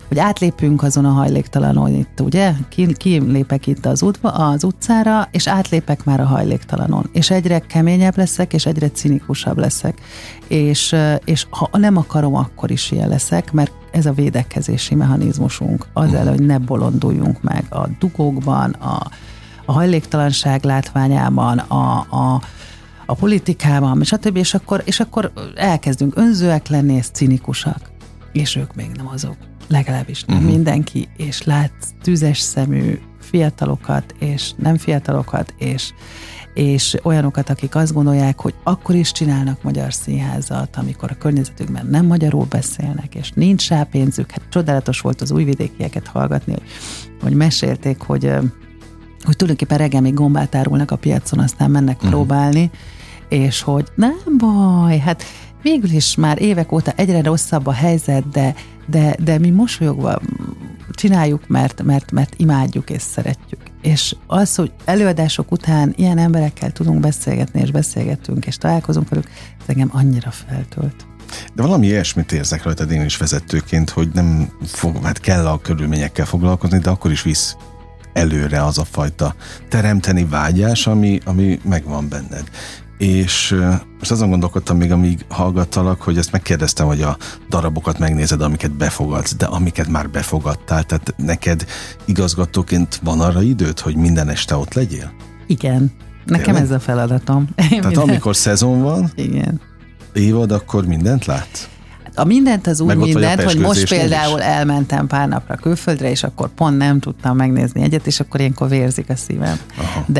hogy átlépünk azon a hajléktalanon itt, ugye? Kilépek itt az utcára, és átlépek már a hajléktalanon. És egyre keményebb leszek, és egyre cinikusabb leszek. És ha nem akarom, akkor is ilyen leszek, mert ez a védekezési mechanizmusunk az elő, hogy ne bolonduljunk meg a dugókban, a hajléktalanság látványában, a politikában, stb. És akkor elkezdünk önzőek lenni, és cinikusak. És ők még nem azok. Legalábbis nem mindenki, és lát tüzes szemű fiatalokat, és nem fiatalokat, és olyanokat, akik azt gondolják, hogy akkor is csinálnak magyar színházat, amikor a környezetükben nem magyarul beszélnek, és nincs rá pénzük. Hát csodálatos volt az újvidékieket hallgatni, hogy mesélték, hogy tulajdonképpen reggel még gombát árulnak a piacon, aztán mennek próbálni, és hogy nem baj, hát végül is már évek óta egyre rosszabb a helyzet, de mi mosolyogva csináljuk, mert imádjuk és szeretjük. És az, hogy előadások után ilyen emberekkel tudunk beszélgetni, és beszélgetünk, és találkozunk velük, ez engem annyira feltölt. De valami ilyesmit érzek rajtad én is vezetőként, hogy nem hát kell a körülményekkel foglalkozni, de akkor is visz előre az a fajta teremteni vágyás, ami megvan benned. És most azon gondolkodtam még, amíg hallgattalak, hogy ezt megkérdeztem, hogy a darabokat megnézed, amiket befogadsz, de amiket már befogadtál, tehát neked igazgatóként van arra időd, hogy minden este ott legyél? Igen. Nekem ez a feladatom. Tehát amikor szezon van, igen. Évad, akkor mindent látsz? A mindent az úgy mindent, hogy most például elmentem pár napra külföldre, és akkor pont nem tudtam megnézni egyet, és akkor ilyenkor vérzik a szívem. Aha. De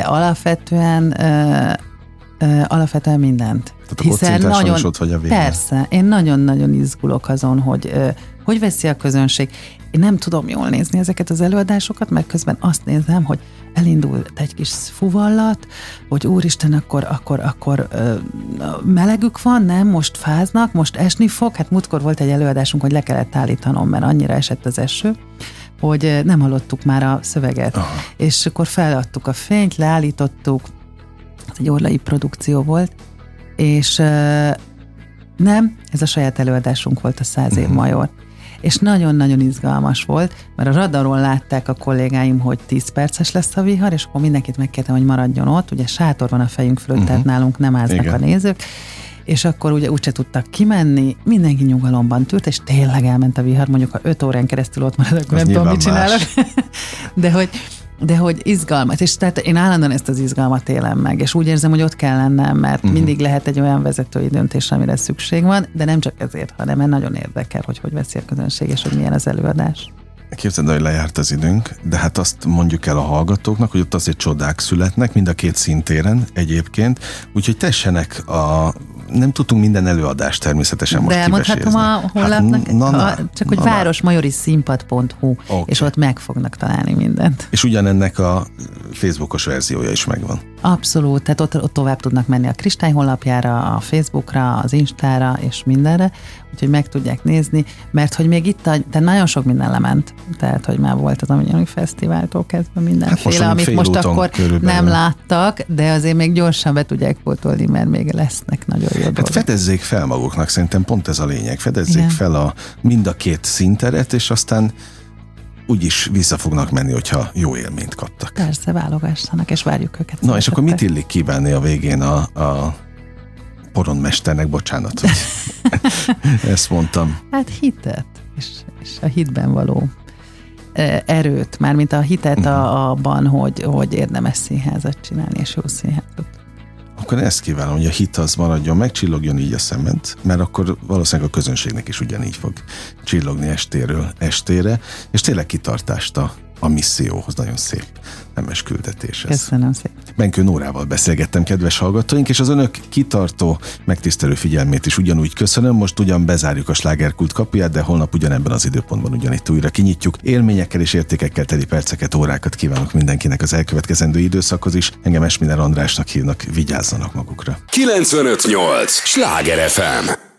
alapvetően mindent. Tehát hiszen nagyon, is ott vagy a végén. Persze, én nagyon-nagyon izgulok azon, hogy veszi a közönség. Én nem tudom jól nézni ezeket az előadásokat, mert közben azt nézem, hogy elindult egy kis fuvallat, hogy úristen, akkor melegük van, nem? Most fáznak, most esni fog. Hát múltkor volt egy előadásunk, hogy le kellett állítanom, mert annyira esett az eső, hogy nem hallottuk már a szöveget. Aha. És akkor feladtuk a fényt, leállítottuk, ez egy orlai produkció volt, és nem, ez a saját előadásunk volt, a 100 év major. És nagyon-nagyon izgalmas volt, mert a radaron látták a kollégáim, hogy 10 perces lesz a vihar, és akkor mindenkit megkértem, hogy maradjon ott, ugye sátor van a fejünk fölött, tehát nálunk nem áznak a nézők, és akkor ugye úgyse tudtak kimenni, mindenki nyugalomban tűrt, és tényleg elment a vihar, mondjuk ha 5 órán keresztül ott maradok, nem tudom, mit csinálok. De hogy izgalmat, és tehát én állandóan ezt az izgalmat élem meg, és úgy érzem, hogy ott kell lennem, mert mindig lehet egy olyan vezetői döntés, amire szükség van, de nem csak ezért, hanem mert nagyon érdekel, hogy veszi a közönség, és hogy milyen az előadás. Képzeld, hogy lejárt az időnk, de hát azt mondjuk el a hallgatóknak, hogy ott azért csodák születnek, mind a két szintéren egyébként, úgyhogy tessenek nem tudtunk minden előadást természetesen most kivesézni. De elmondhatom a honlapnak, csak hogy városmajoriszínpad.hu, okay. És ott meg fognak találni mindent. És ugyanennek a Facebookos verziója is megvan. Abszolút, tehát ott tovább tudnak menni a Kristály honlapjára, a Facebookra, az Instára és mindenre, úgyhogy meg tudják nézni, mert hogy még itt tehát nagyon sok minden lement, tehát hogy már volt az Avignoni Fesztiváltól kezdve mindenféle, hát amit most akkor körülbelül nem láttak, de azért még gyorsan be tudják pótolni, mert még lesznek nagyon jó dolgok. Hát fedezzék fel maguknak, szerintem pont ez a lényeg, fedezzék fel mind a két színteret, és aztán úgyis vissza fognak menni, hogyha jó élményt kaptak. Persze, válogassanak, és várjuk őket. Na, és akkor mit illik kívánni a végén a poronmesternek, bocsánat, hogy ezt mondtam. Hát hitet, és a hitben való erőt, mármint a hitet abban, hogy érdemes színházat csinálni, és jó színházat. Akkor ezt kívánom, hogy a hit az maradjon meg, csillogjon így a szemed, mert akkor valószínűleg a közönségnek is ugyanígy fog csillogni estéről estére, és tényleg kitartást a misszióhoz. Nagyon szép nemes küldetés ez. Köszönöm szépen. Benkő Nórával beszélgettem, kedves hallgatóink, és az önök kitartó, megtisztelő figyelmét is ugyanúgy köszönöm. Most ugyan bezárjuk a Slágerkult kapuját, de holnap ugyanebben az időpontban ugyanitt újra kinyitjuk. Élményekkel és értékekkel teli perceket, órákat kívánok mindenkinek az elkövetkezendő időszakhoz is. Engem Esmiller Andrásnak hívnak, vigyázzanak magukra. 95.8 Sláger FM.